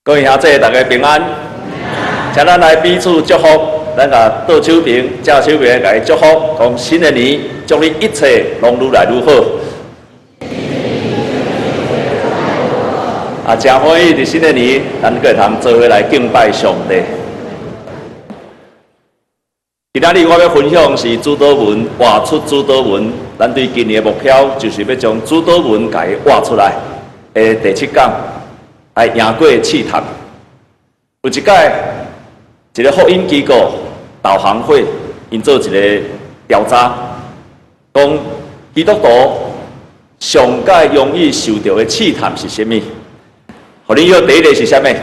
各位兄弟，大家平安。请咱来彼此祝福，咱甲倒手边、正手边来祝福，讲新的年，祝你一切拢愈来愈好。真欢喜伫新的年，咱个通做伙来敬拜上帝。今仔日我要分享是主祷文，画出主祷文。咱对今年的目标就是要将主祷文甲伊画出来。第7讲，来赢过试探。有一届，一个福音机构导航会，因做一个调查，讲基督徒上界容易受到的试探是啥物？互恁要第一个是啥物？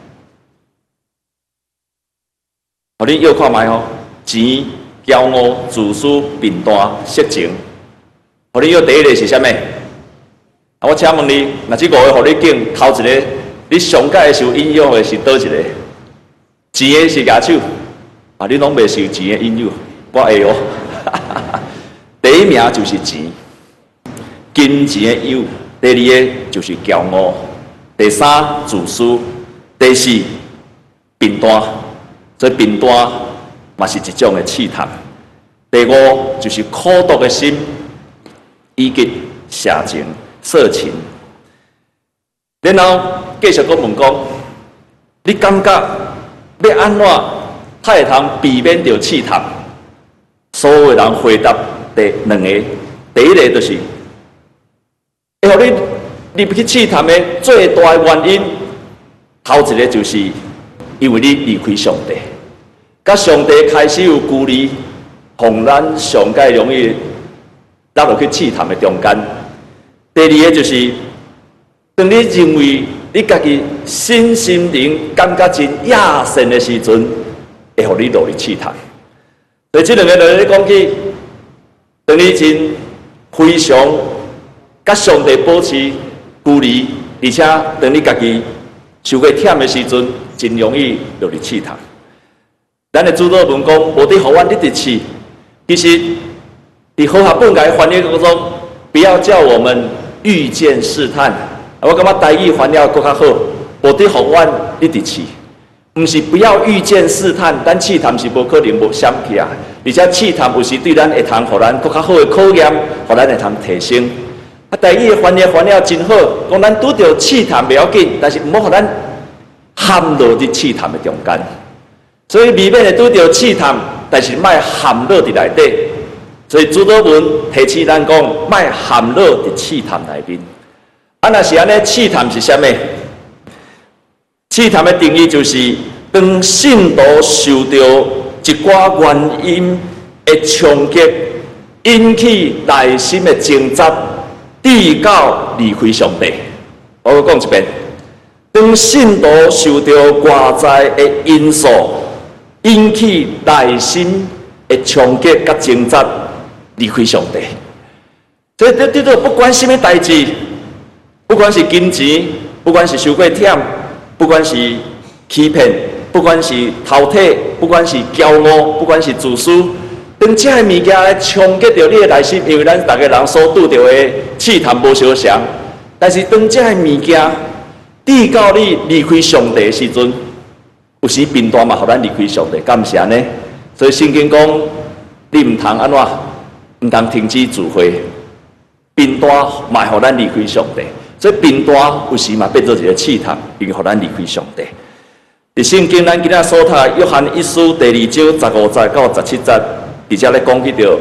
互恁要看卖吼，钱、骄傲、自私、贫惰、色情。互恁要第一个是啥物？我请问你，若这5个互你拣，头一个你上界受引诱的是倒一个？钱的是举手，你拢袂受钱的引诱，我会哦。第一名就是钱，金钱的诱；第二个就是骄傲。第三，自私；第四，贫惰，这贫惰嘛是一种的试探。第5就是苦毒的心，以及邪情、色情。然后继续讲问讲，你感觉要安怎才会通避免着试探？所有人回答第2个，第一个就是，会互你入去试探的最大的原因，头一个就是因为你离开上帝，甲上帝开始有距离，互咱上界容易落落去试探的中间。第二个就是，当你认为你家己身心灵感觉真亚善的时阵，会互你落去试探。所以这2个就咧讲起，当你真非常甲上帝保持距离，而且当你家己受过忝的时阵，真容易落去试探。咱的主祷文讲，无得互阮一直试。其实，伫和合本来翻译当中，不要叫我们遇见试探。我感觉台语翻了更较好，无得互阮一直试。毋是不要遇见试探，咱试探是无可能无闪起啊。而且试探有时对咱会通，互咱更较好的考验，互咱会通提升。台语的翻译翻了真好，讲咱拄着试探袂要紧，但是毋好互咱陷落伫试探的中间。所以未免会拄着试探，但是莫陷落伫内底。所以主祷文提醒咱讲，莫陷落伫试探内面。若是安尼，试探是啥物？试探的定义就是，当信徒受到一寡原因的冲击，引起内心的挣扎，直到离开上帝。我讲一遍，当信徒受到外在的因素，引起内心的冲击甲挣扎，离开上帝。所以对到不管什么代志，不管是金钱，不管是受过忝，不管是欺骗，不管是偷窃，不管是骄傲，不管是自私，当这些物件来冲击到你的内心，因为咱大家人所拄到的试探无相像，但是当这些物件直到你离开上帝的时阵，有时贫惰嘛，互咱离开上帝，敢毋是安尼？所以圣经讲，你毋通安怎，毋通停止聚会，贫惰嘛，互咱离开上帝。所以贫惰有时嘛变做一个试探，因为互咱离开上帝。伫圣经咱今仔所读约翰一书第2章15节到17节，伫遮咧讲起着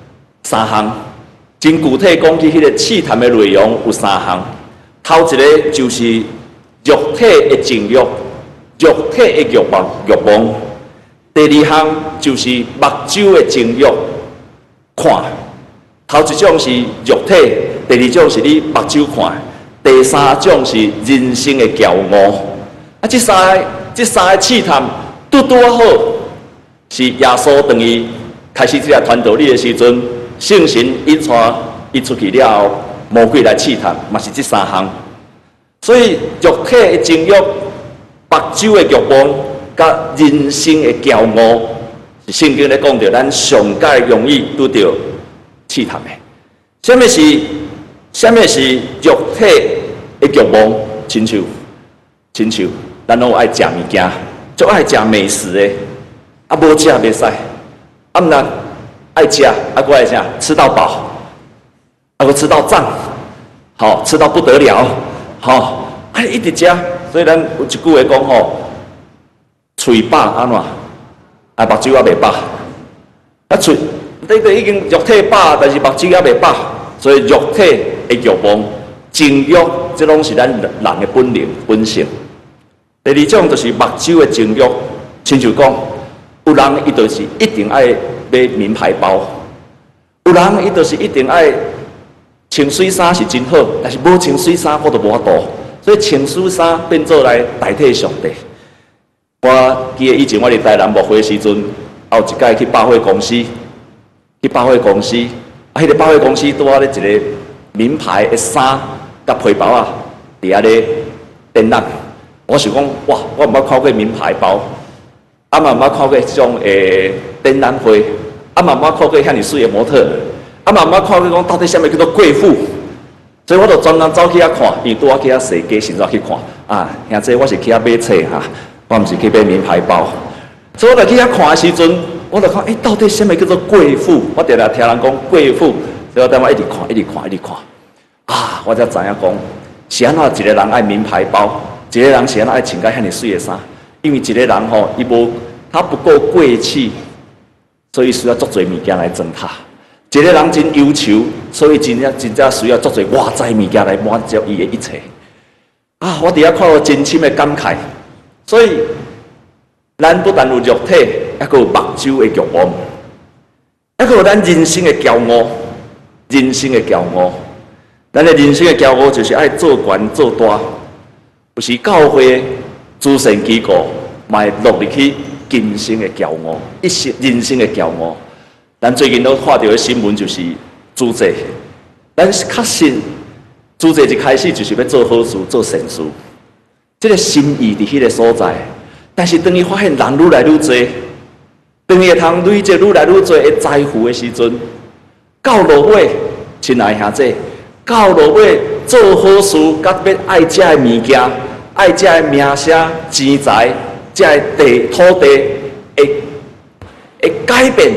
3项，真具体讲起迄个试探的内容有3项。头一个就是肉体的情欲，肉体的欲望。第2项就是目睭的情欲，看。头一种是肉体，第2种是你目睭看。第3种是人生的骄傲，这三个试探拄好，是耶稣当伊开始这个传道理的时阵，圣神引带伊出去了后，魔鬼来试探，嘛是这3项。所以肉体的情欲、目睭的欲望，甲人生的骄傲，是圣经咧讲到咱上界容易拄到试探的。什么是肉体的欲望？亲像咱拢爱食物件，就爱食美食的，啊，无食袂使，啊，毋然爱食，啊，搁爱啥？吃到饱，啊，搁吃到胀，好，吃到不得了，好，啊，一直食，所以咱有一句话讲吼，嘴饱安怎？啊，目睭也袂饱，啊，嘴，你已经肉体饱，但是目睭也袂饱，所以肉体的欲望、情欲，这拢是咱人的本能、本性。第二种就是目睭的情欲，亲像讲，有人伊就是一定爱买名牌包，有人伊就是一定爱穿水衫是真好，但是无穿水衫我都无法度，所以穿水衫变做来代替上帝。我记得以前我伫台南牧会时阵，有一届去百货公司，啊，迄个百货公司拄好咧一个名牌的衫甲皮包啊，伫遐咧展览。我想讲，哇，我毋捌看过名牌包，啊嘛毋捌看过这种展览会，啊嘛毋捌看过遐尼水的模特，啊嘛毋捌看过讲到底啥物叫做贵妇，所以我就专门走去遐看，伊拄好去遐踅街，先走去看。啊，兄弟，我是去遐买册哈。我毋是去买名牌包，所以我就去遐看的时阵，我就看，到底什么叫做贵妇？我常常听人讲贵妇，所以我等我一直看，啊，我才知影讲，是安怎一个人爱名牌包，一个人是安怎爱穿甲遐尼水的衫，因为一个人吼，他不够贵气，所以需要足侪物件来践踏；一个人真忧愁，所以真正需要足侪外在物件来满足伊的一切。啊，我伫遐看到真深的感慨。所以，咱不但有肉体，还佫有目睭的欲望，还佫有咱人生的骄傲。咱的人生的骄傲就是爱做官做大，有时教会、慈善机构，嘛会落入去今生的骄傲，一生人生的骄傲。咱最近都看到的新闻就是主祭，咱确实主祭一开始就是要做好事、做善事。这个心意伫迄个所在，但是当伊发现人愈来愈多，当伊会通累积愈来愈多的财富的时阵，到落尾，亲爱兄弟，到落尾做好事，甲要爱遮的物件，爱遮的名声、钱财、遮的土地，会改变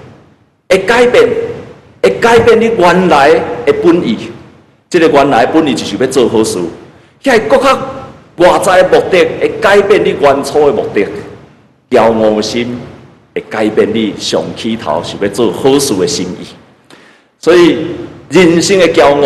你原来的本意。这个原来的本意就是要做好事，遐个较外在的目的会改变你原初的目的，骄傲心会改变你上起头是要做好事的心意。所以人生的骄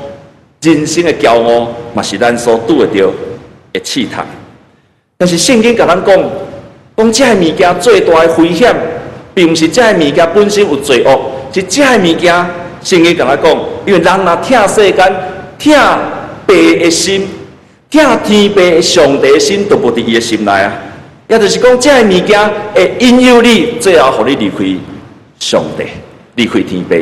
傲，嘛是咱所拄得到的试探。但是圣经甲咱讲，这个物件最大的危险，并不是这个物件本身有罪恶，是这个物件圣经甲咱讲，因为人若疼世间，疼白的心。疼天父的上帝的心，都无伫伊的心内啊！也就是讲，这个物件会引诱你，最后互你离开上帝，离开天父。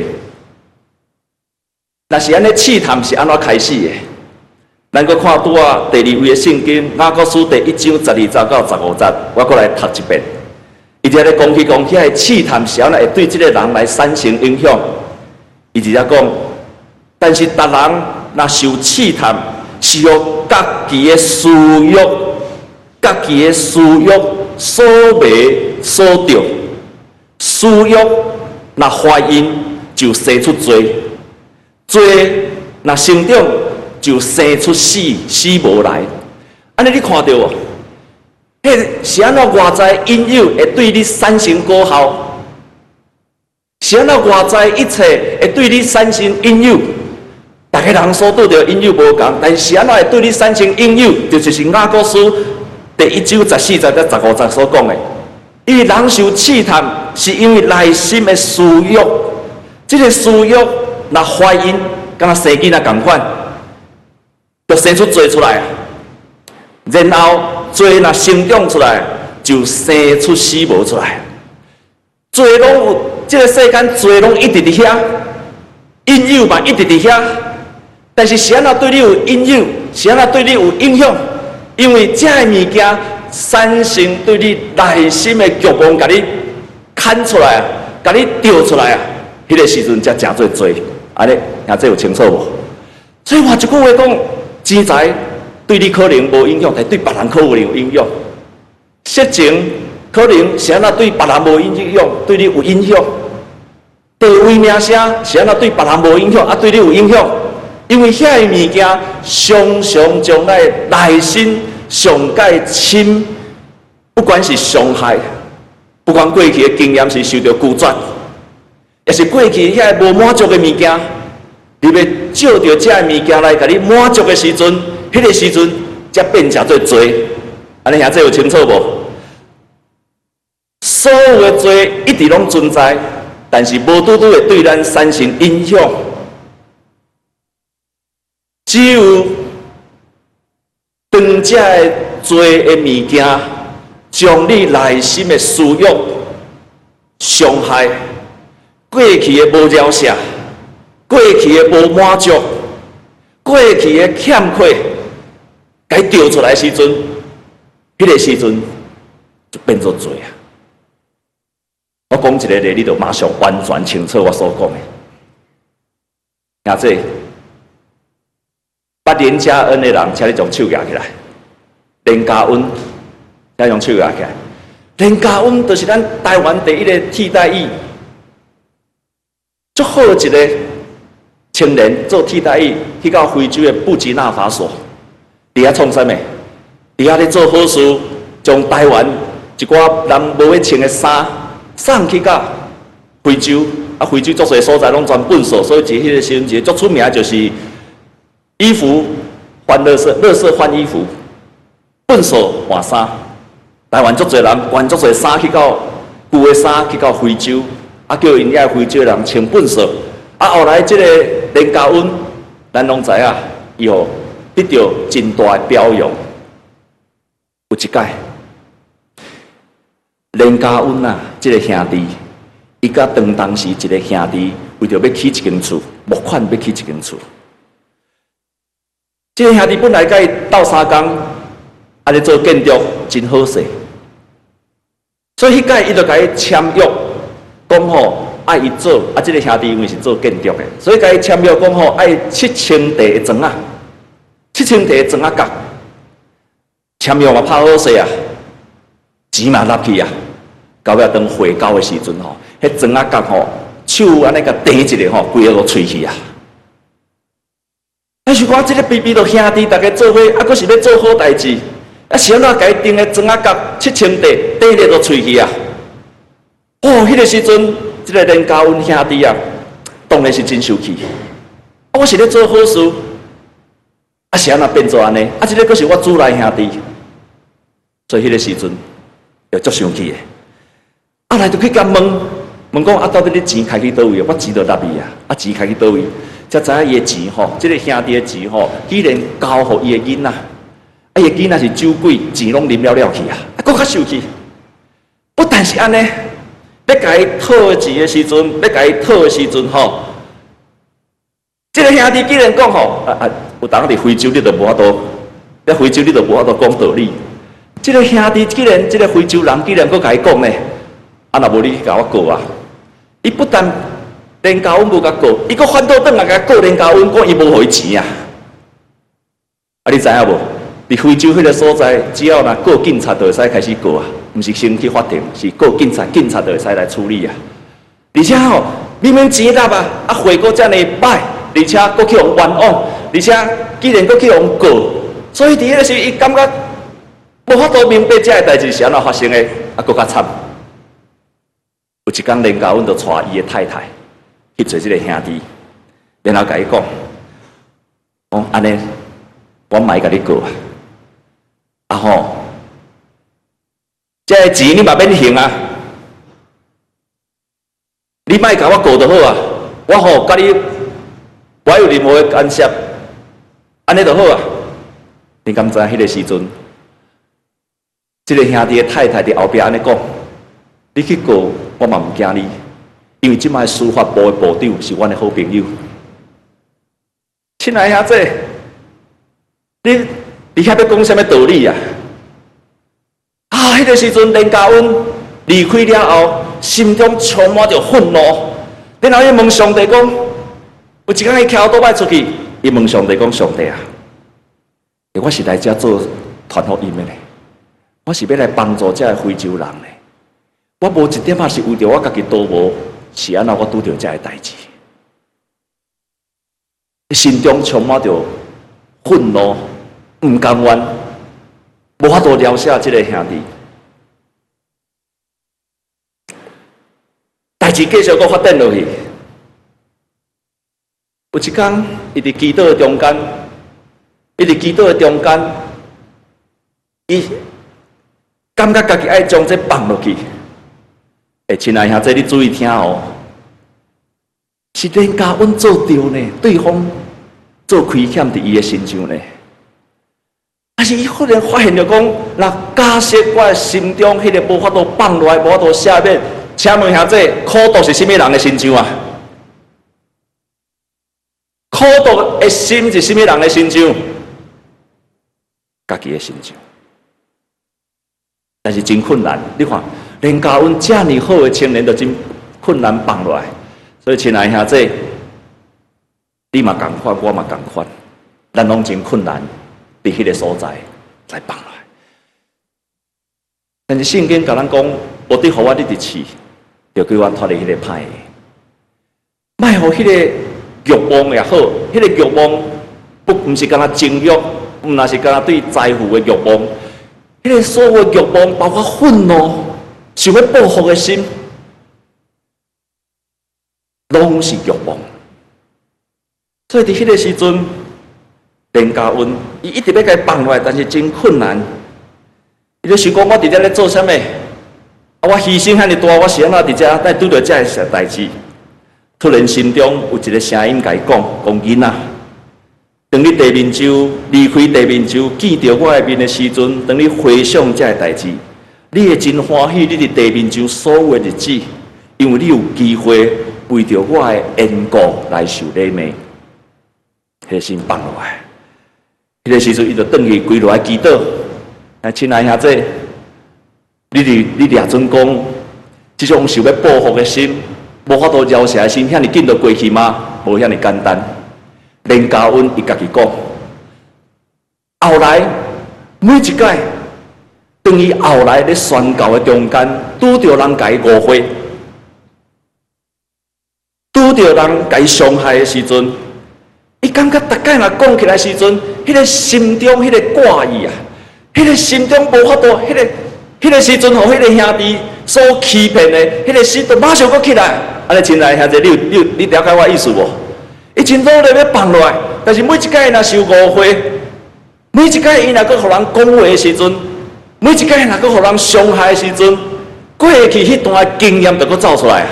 若是安尼试探是安怎开始的？咱搁看拄啊第2位的圣经，雅各书第1章12节到15节，我搁来读一遍。伊伫咧讲起遐个试探是安怎会对这个人来产生影响。伊直接讲，但是别人若受试探，是由家己的私欲所迷所着，私欲若发因，就生出罪；罪若成长，就生出死无来。安尼你看到无？迄是安怎外在引诱会对你产生果效？是安怎外在一切会对你产生引诱？大家人所拄到引诱无同，但是安怎会对你产生引诱？就是雅各书第1章14节到15节所讲的。因为人受试探，是因为内心的私欲。这个私欲若发因，敢若生囡仔同款，就生出罪出来。然后罪若成长出来，就生出死无出来。罪拢有，这个世间罪拢一直伫遐，引诱嘛一直伫遐。但是是安怎对你有引诱，是安怎对你有影响？因为这个物件产生对你内心的欲望，甲你牵出来啊，甲你钓出来啊，迄个时阵才真做罪。安尼，兄弟有清楚无？所以话一句话讲，钱财对你可能无影响，但对别人可能有影响。色情可能是安那对别人无影响，对你有影响。地位名声是安那对别人无影响，对你有影响。因为遐个物件常常将咱内心上界深，不管是伤害，不管过去的经验是受到拒绝，也是过去遐个无满足的物件，你要照着这物件来给你满足的时阵，迄个时阵才变成做罪。安尼兄弟有清楚无？所有的罪一直拢存在，但是无拄拄会对咱产生影响。只有当这个罪的物件，将你内心的私欲、伤害、过去的无饶恕、过去的无满足、过去的欠缺，该调出来的时阵，迄个时阵就变作罪啊！我讲一个例，你就马上完全清楚我所讲的。兄弟。捌连家恩的人，请你将手举起来。连家恩，请用手举起来。连家恩就是咱台湾第一个替代役，足好一个青年做替代役，去到非洲的布吉纳法索，伫遐创啥物？伫遐咧做好事，将台湾一寡人无要穿的衫送去到非洲，非洲足侪所在拢全粪扫，所以伫迄个时阵，一个足出名就是。衣服换垃圾，垃圾换衣服，粪扫换衫。台湾足侪人换足侪衫去到旧的衫去到非洲，叫因遐非洲人穿粪扫。后来这个连家恩，咱拢知影，伊吼得到真大的表扬。有一届，连家恩啊，这个兄弟，伊甲当时一个兄弟为着要起一间厝，募款要起一间厝。这个兄弟本来甲伊斗相共，咧做建筑真好势，所以迄届伊就甲伊签约，讲吼爱伊做。这个兄弟因为是做建筑的，所以甲伊签约讲吼爱7000地的砖啊，7000地的砖啊角。签约嘛拍好势啊，钱嘛纳去啊，到尾当回交的时阵吼，迄砖啊角吼手安尼甲掂一下吼，规个都吹去啊。但是我这个逼着兄弟大家做伙，还阁是要做好代志，是安怎甲伊定的砖啊角7000地，第一个都吹去啊！迄个时阵，这个连家恩兄弟啊，当然是真受气。我是咧做好事，是安怎变做安尼？这个阁是我主内兄弟，所以迄个时阵就足生气的。来就去甲问讲到底你钱开去倒位？我钱就纳伊啊，钱开去倒位？才知影伊的钱吼，这个兄弟的钱吼，居然交互伊的囡仔，伊的囡仔是酒鬼，钱拢啉了去啊，搁较受气。不但是安尼，要甲伊讨钱的时阵，要甲伊讨的时阵吼，这个兄弟居然讲吼，有当伫非洲你就无法度，在非洲你就无法度讲道理。这个兄弟居然，这个非洲人居然搁甲伊讲呢，若无你甲我告啊，伊不但。连家恩无甲告，伊阁反倒转来甲告连家恩，讲伊无互伊钱啊！你知影无？伫非洲迄个所在，只要若告警察，就会使开始告啊，毋是先去法庭，是告警察，警察就会使来处理啊。而且吼，明明钱纳啊，货阁遮尔歹，而且阁去互冤枉，而且居然阁去互告，所以伫迄个时候，伊感觉无法度明白这个代志是安怎发生的，阁较惨。有一天，连家恩就带伊的太太。去找这个兄弟，然后甲伊讲，讲安尼，我卖甲你告啊，这个钱你嘛免还啊，你卖甲我告就好啊，我甲你，我有任何的干涉，安尼就好啊。你敢知迄个时阵，这个兄弟的太太伫后壁安尼讲，你去告，我嘛唔惊你。因为即摆司法部的部长是阮的好朋友，亲爱兄弟，你遐要讲什么道理啊？迄个时阵连家恩离开了后，心中充满着愤怒，然后伊问上帝讲：有一天伊徛倒摆出去，伊问上帝讲：上帝啊， 我是来这做传福音的呢，我是要来帮助这非洲人呢。我无一点仔是为着我家己倒无，是安怎我拄着这个代志？心中充满着愤怒，唔甘愿，无法度了解这个兄弟。代志继续搁发展落去。有一天，伊伫祈祷的中间，伊感觉家己爱将这放落去。亲爱兄弟，你注意听哦，是连家阮做对呢，对方做亏欠伫伊的身上呢。但是伊忽然发现着讲，若假设我的心中迄个无法度放落来，无法度赦免，请问兄弟，苦毒是甚物人的身上啊？苦毒的心是甚物人的身上？家己的身上。但是真困难，你看，连教阮这么好的青年都真困难放落来。所以，亲爱兄弟，你嘛同款，我嘛同款，咱拢真困难，伫迄个所在才放落来。但是圣经甲咱讲，无得互我你伫试，就叫我脱离迄个歹的，莫互迄个欲望也好，迄个欲望不是干那情欲，毋那是干那对财富的欲望，迄个所有的欲望，包括愤怒、想要报复的心，拢是欲望。所以伫迄个时阵，连家阮伊一直要甲伊放落来，但是真困难。伊就想讲，我伫遮咧做啥物？我牺牲遐尼大，我是安怎伫遮来拄着遮个代志？突然心中有一个声音甲伊讲：囡仔，当你地面洲离开地面洲，见到我的面的时阵，当你回想遮个代志，你会真欢喜你伫地面洲所有的日子，因为你有机会为着我的缘故来受礼物。迄个心放落来，迄个时阵伊就转去跪落来祈祷。亲爱兄弟，你掠准讲，这种想要报复的心，无法度饶恕的心，遐尼紧就过去吗？无遐尼简单。连家阮伊家己讲，后来每一届，当伊后来咧宣告的中间，拄着人甲伊误会，拄着人甲伊伤害的时阵，伊感觉逐届若讲起来时阵，迄个心中迄个挂意啊！迄个心中无法度，迄个时阵，互迄个兄弟所欺骗的，迄个心就马上搁起来。安尼，亲爱的兄弟，你了解我意思无？伊真努力要放落来，但是每一届若受误会，每一届伊若搁互人讲话的时阵，每一届若搁互人伤害的时阵，过去迄段经验就搁走出来。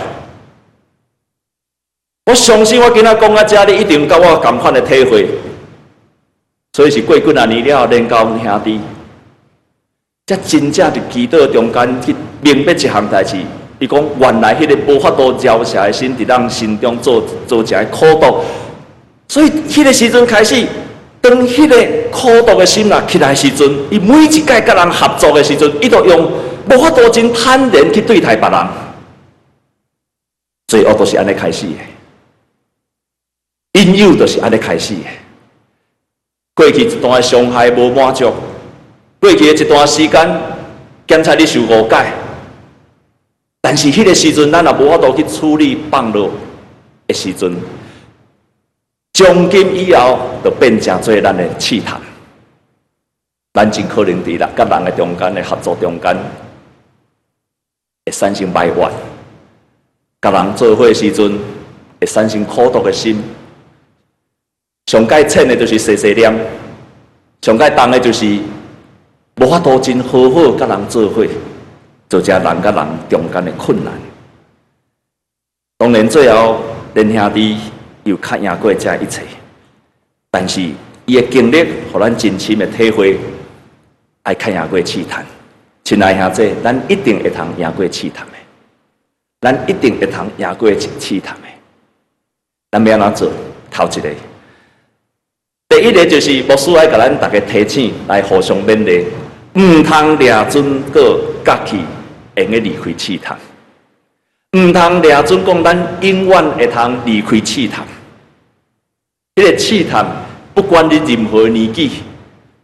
我相信我今仔讲到这，你一定甲我同款的体会。所以是过几啊年了，连教兄弟。才真正伫祈祷中间去明白一项代志，伊讲原来迄个无法度饶恕的心伫咱心中做一个苦毒，所以迄个时阵开始，当迄个苦毒的心起来的时阵，伊每一届甲人合作的时阵，伊都用无法度真坦然去对待别人，罪恶都是安尼开始的，因由都是安尼开始的。过去一段伤害无满足。过去的一段时间，检查你受误解，但是迄个时阵，咱也无法度去处理放落的时阵，从今以后就变成做咱的试探。咱真可能伫甲人的中间的合作中间，会产生埋怨；甲人做伙的时阵，会产生苦毒的心。上界浅的就是细细念，上界重的就是。无法度真好好甲人做伙，做遮人甲人中间的困难。当然最后，连兄弟又较赢过这一切，但是伊的经历，互咱真深的体会，爱较赢过试探。亲爱兄弟，咱一定会通赢过试探的，咱一定会通赢过试探的。咱要安怎做？头一个，第一个就是牧师爱甲咱大家提醒，来互相勉励。唔通掠准个家己会用离开试探，唔通掠准讲咱永远会通离开试探。迄个试探，不管你任何年纪，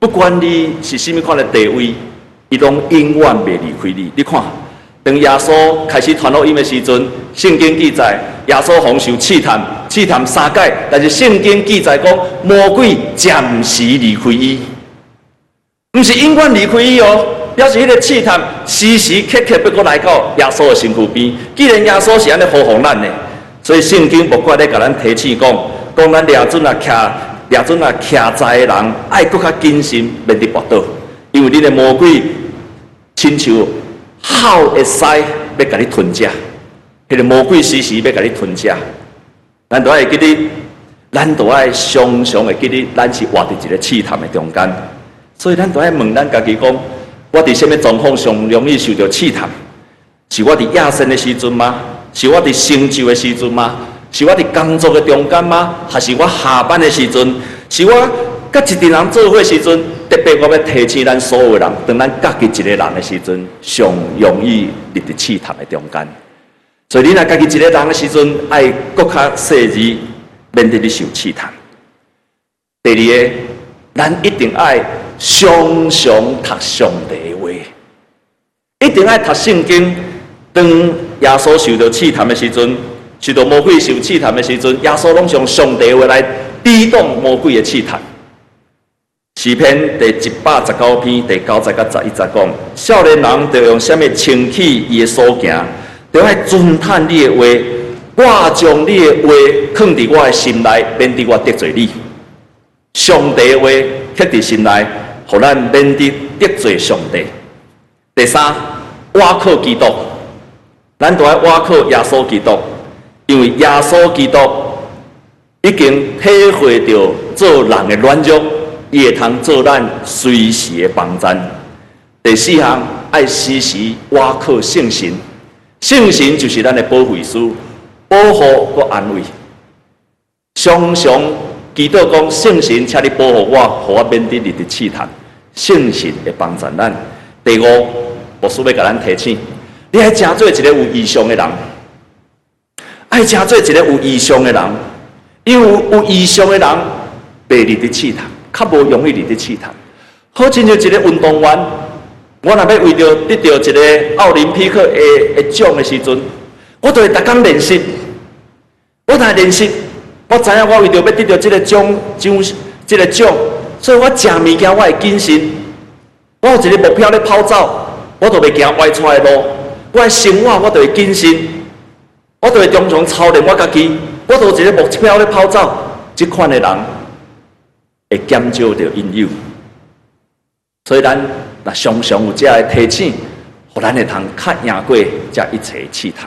不管你是什么款的地位，伊拢永远袂离开你。你看，当耶稣开始传福音的时阵，圣经记载耶稣洪受试探，试探3届，但是圣经记载讲魔鬼暂时离开伊，不是永远离开伊哦。表示迄个试探时时刻刻要过来到耶稣的身躯边。既然耶稣是安尼保护咱的，所以圣经不怪咧，甲咱提醒讲咱掠准啊徛在的人，爱搁较谨慎，免得跋倒。因为你的魔鬼亲像好会使要甲你吞食，迄个魔鬼时时要甲你吞食。咱都爱记得，咱都爱常常会记得，咱是活伫一个试探的中间。所以咱都爱问咱家己讲。我伫什么状况上容易受到试探？是我伫野生的时阵吗？是我伫成就的时阵吗？是我伫工作的中间吗？还是我下班的时阵？是我甲一群人做伙时阵？特别我要提醒咱所有人，当咱家己一个人的时阵，上容易入伫试探的中间。所以你若家己一个人的时阵，爱搁较细致，免得你受试探。第二个，咱一定爱常常读上帝的话，一定爱读圣经。当耶稣受到试探的时阵，受到魔鬼受试探的时阵，耶稣拢用上帝的话来抵挡魔鬼的试探。诗篇第119篇第9节到11节讲：少年人着用什么清气伊的所行，着爱尊叹你的话。我将你的话放伫我的心内，免得我得罪你。上帝的话刻伫心内，互咱免得得罪上帝。第三，倚靠基督，咱都要倚靠耶稣基督，因为耶稣基督已经体会到做人的软弱，伊会通做咱随时的帮衬。第四项，爱时时倚靠圣神，圣神就是咱的保惠师，保护和安慰。常常基督讲圣神，请你保护我，互我免得入伫试探。圣神会帮助咱。第五，牧师要甲咱提醒，你爱诚做一个有异象的人，爱诚做一个有异象的人，因为有异象的人袂入伫试探，较无容易入伫试探。好，亲像一个运动员，我若要为着得到一个奥林匹克的奖的时阵，我就会逐工练习。我若练习，我知影我为着要得到这个奖，所以我食物件我会谨慎。我有一个目标咧跑走，我就袂行歪出的路。我的生活我就会谨慎，我就会常常操练我家己。我就有一个目标咧跑走，这款的人会减少着引诱。所以咱若常常有这样的提醒，互咱会通较赢过这一切试探。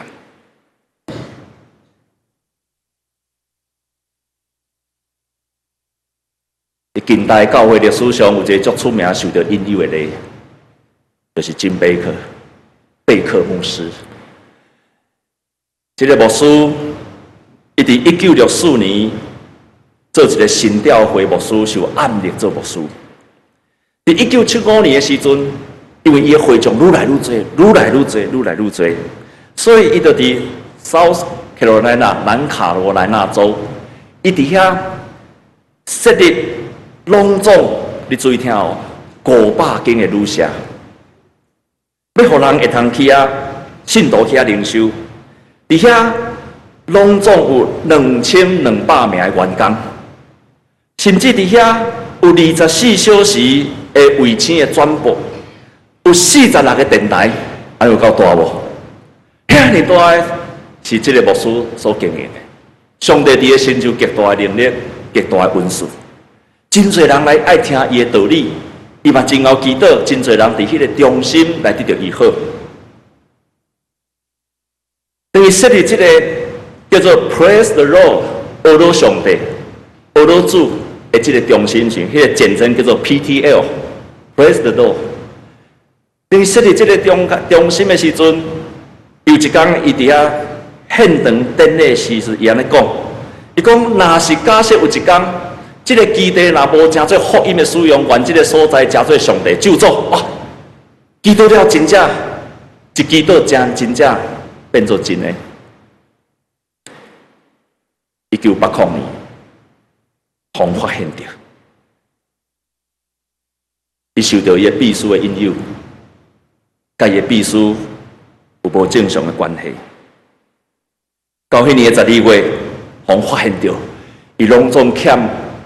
在近代教会历史上，有一个足出名受到引诱的例，就是金贝克牧师。这个牧师，伊伫1964年做一个神调会牧师，受暗力做牧师。伫1975年的时阵，因为伊的会众愈来愈多，所以伊就伫 South Carolina 南卡罗来纳州，伊伫遐设立隆重，你注意听哦，500间的旅社，要互人会通去啊，信徒去啊灵修。伫遐隆重有2200名的员工，甚至伫遐有24小时的卫星的转播，有46个电台，还有够大无？遐尼大的是这个牧师所经营的。上帝伫个身上极大的能力，极大的恩赐。真侪人来爱听伊的道理，伊嘛真有祈祷，真侪人伫迄个中心来得到医好。等于设立这个叫做 Praise the Lord， 阿罗上帝、阿罗主的这个中心群，迄个简称叫做 PTL，Praise the Lord。等于设立这个中心的时阵，有一天伊伫遐献堂典礼时，伊安尼讲，伊讲若是假设有一天。这个基地若无真做福音的使用，原这个所在真做上帝救助哇！基督了真正一基督真正变做真的。1980年，风发现着， 伊受到伊的秘书的引诱，甲伊的秘书有无正常的关系。到迄年的12月，互发现到，伊拢总欠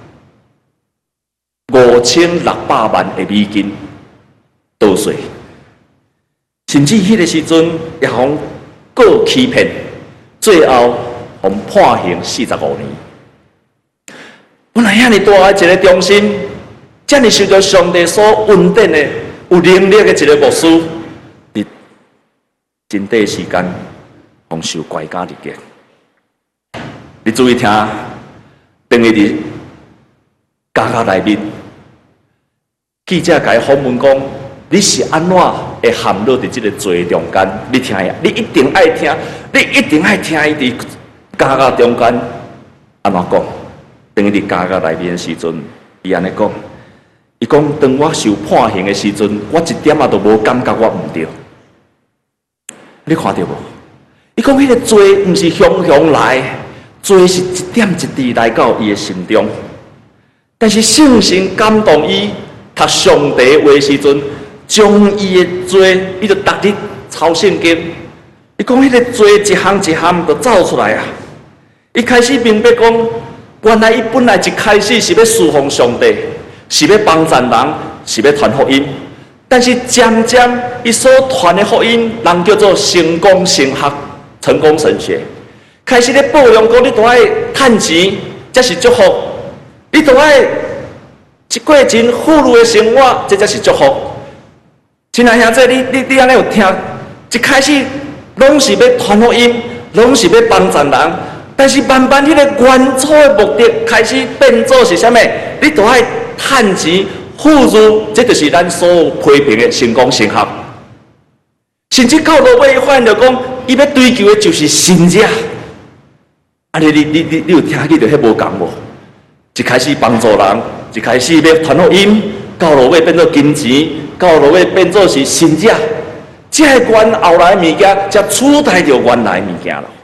5600万的美金倒税，甚至迄个时阵也互告欺骗，最后互判刑45年。本来遐尼大的一个中心，遮尼受到上帝所恩典的、有能力的一个牧师，伫真短时间，互受怪家入监。你注意听，等于伫家家内面，记者甲伊访问讲，你是安怎会陷入伫即个罪中间？你听呀，你一定爱听，你一定爱听伊伫家家中间安怎讲？等于伫家家内面的时阵，伊安尼讲，伊讲当我受判刑的时阵，我一点仔都无感觉我毋对。你看到无？伊讲迄个罪毋是汹汹来。罪是一点一滴来到伊的心中，但是圣神感动伊读上帝话时阵，将伊的罪，伊就逐日抄圣经。伊讲迄个罪一项一项就走出来啊！伊开始明白讲，原来伊本来一开始是要侍奉上帝，是要帮助人，是要传福音。但是渐渐伊所传的福音，人叫做成功神学、成功神学。开始咧保养讲，你都爱趁钱，才是祝福；你都爱一过真富裕的生活，这才是祝福。亲爱兄弟，你安尼有听？一开始拢是要传福音，拢是要帮助人，但是慢慢迄个原初的目的开始变做是啥物？你都爱趁钱、富裕，这就是咱所有批评的成功神学。甚至到落尾，发现着讲，伊要追求的就是神者。啊！你有听起着迄无共无？一开始帮助人，一开始要传福音，到落尾变做金钱，到落尾变做是神者。这原后来的物件，才取代着原来的物件咯。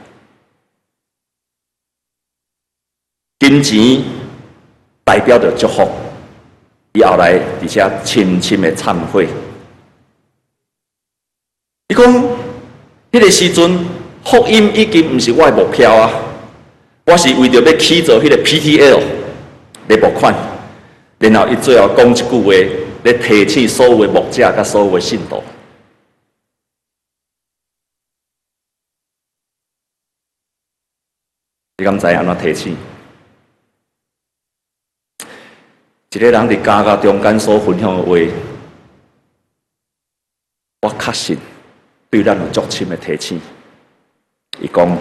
金钱代表着祝福，伊后来而且深深的忏悔。伊讲，迄个时阵福音已经毋是我的目标啊。我是为着要起做迄个 PTL 来募款，然后伊最后讲一句话，来提醒所有的牧者甲所有的信徒。你敢知安怎提醒？一个人伫家家中间所分享的话，我确信对咱有足深的提醒。伊讲。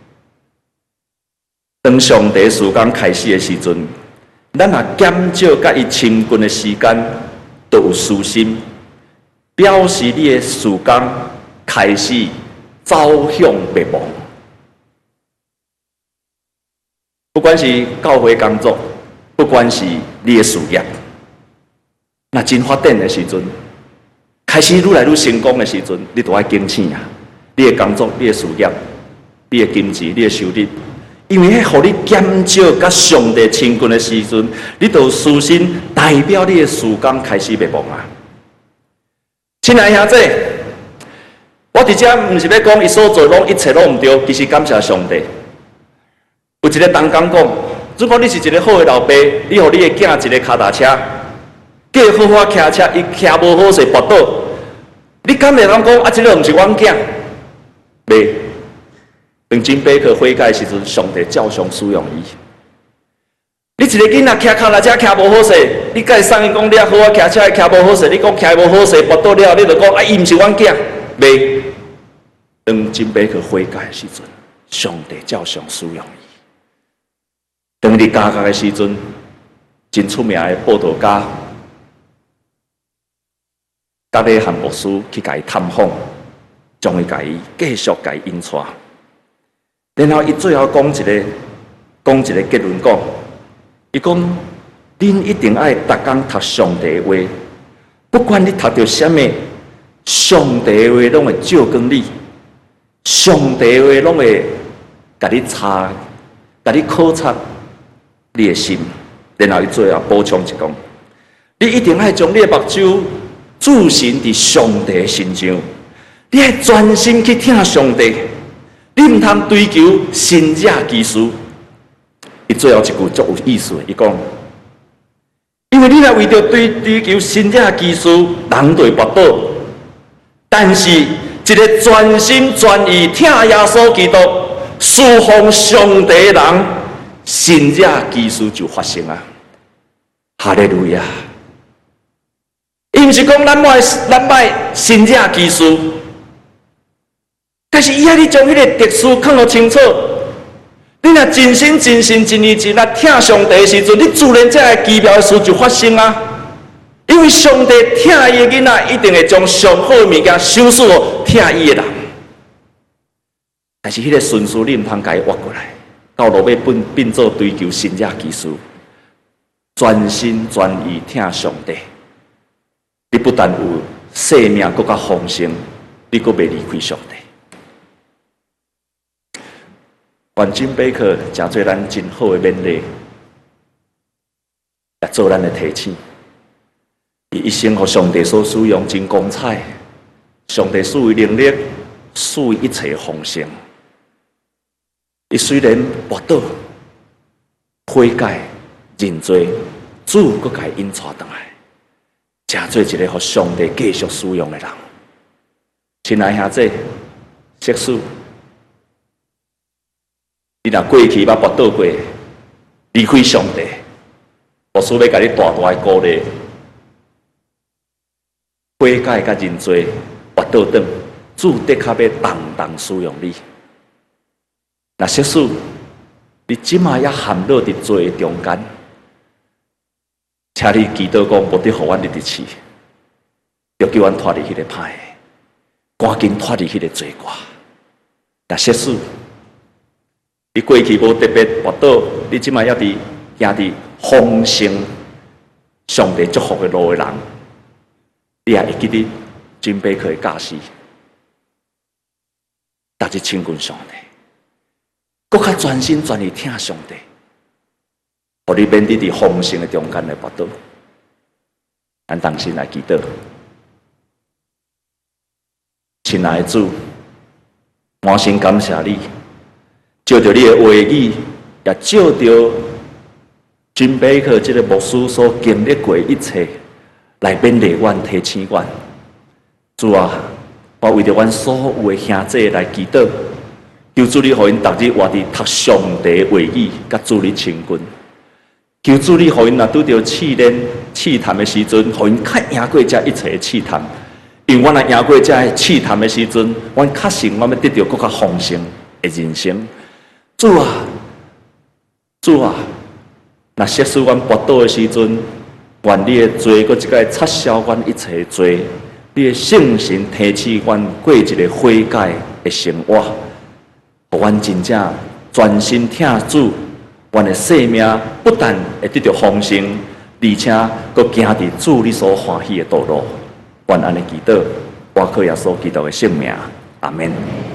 当上帝时间开始的时阵，咱也减少甲伊亲近的时间，都有私心，表示你的时间开始走向灭亡。不管是教会工作，不管是你的事业，那真发展的时阵，开始愈来愈成功的时阵，你都要警醒啊！你的工作、你的事业、你的经济、你的收入。因为迄，互你减少甲上帝亲近的时阵，你就私心代表你的时间开始灭亡啊！亲爱兄弟，我伫遮毋是要讲伊所做拢一切拢毋对，其实感谢上帝。有一个同工讲，如果你是一个好的老爸，你互你的囝一个脚踏车，叫伊好好骑车，伊骑无好势跌倒，你敢会当讲啊？这个毋是阮囝？袂。当金贝克悔改的时阵，上帝照常使用伊。你一个囡仔骑脚踏车骑无好势，你甲伊送伊讲你啊好啊骑车骑无好势，你讲骑无好势跌倒了，你就讲啊伊毋是阮囝，袂。当金贝克悔改的时阵，上帝照常使用伊。当你家家的时阵，真出名的报道家，甲咧汉牧师去甲伊探访，将伊甲伊继续甲伊引出。然后伊最后讲一个结论，讲，伊讲，恁一定爱逐工读上帝话，不管你读到什么，上帝话拢会照光你，上帝话拢会甲你查，甲你考察你的心。然后伊最后补充一讲， 你一定要将你的目睭注视伫上帝身上，你要专心去听上帝，你唔通追求神者技术。伊最后一句足有意思，伊讲。因为你若为着追求神者技术，人就会跋倒；但是一个全心全意听耶稣基督、侍奉上帝的人，神者技术就发生啊！哈利路亚！伊毋是讲咱歹神者技术，但是伊要你将迄个特殊看得清楚。你若真心、真心、真意、真来听上帝的时阵，你自然这个奇妙的事就发生啊！因为上帝听伊的囡仔，一定会将上好的物件收束听伊的人。但是迄个顺序你唔通甲伊挖过来，到落尾变做追求神者技术，全心全意听上帝。你不但有生命，更加丰盛，你阁袂离开上帝。愿金贝克诚做咱真好的勉励，也做咱的提醒。伊一生互上帝所使用，真光彩。上帝赐予能力，赐予一切丰盛。伊虽然跋倒、悔改、认罪，主阁甲伊引带倒来，诚做一个互上帝继续使用的人。亲爱兄弟、媳妇。你若过去捌跋倒过，离开上帝，牧师要甲你大大的鼓励，悔改甲认罪，跋倒转，主的确要动动使用你。若媳妇，你即马也陷落伫罪中间，请你祈祷讲，无得互阮入得去，要叫阮脱离迄个歹，赶紧脱离迄个罪过。若媳妇，你过去无特别跋倒，你即摆也伫行伫丰盛上帝祝福的路的人，你也会记得准备可以教示，逐日亲近上帝，搁较全心全意听上帝，互你免伫丰盛的中间来跋倒。咱同心来祈祷，亲爱的主，满心感谢你。照着你的话语，也照着金贝克这个牧师所经历过一切，来勉励阮、提醒阮。主啊，我为着阮所有的兄弟来祈祷，求主你，互因逐日活伫读上帝的话语，甲主你亲近。求主你，互因若拄着试炼、试探的时阵，互因较赢过这一切的试探。因为阮若赢过这试探的时阵，阮确信阮要得到更较丰盛的人生。主啊，主啊！若设使阮跋倒的时阵，愿你的罪搁一个撤销阮一切的罪，你的圣神提起阮过一个悔改的生活，互阮真正专心听主，阮的生命不但会得到丰盛，而且搁行伫主你所欢喜的道路。愿安尼祈祷，我靠耶稣基督的圣名，阿门。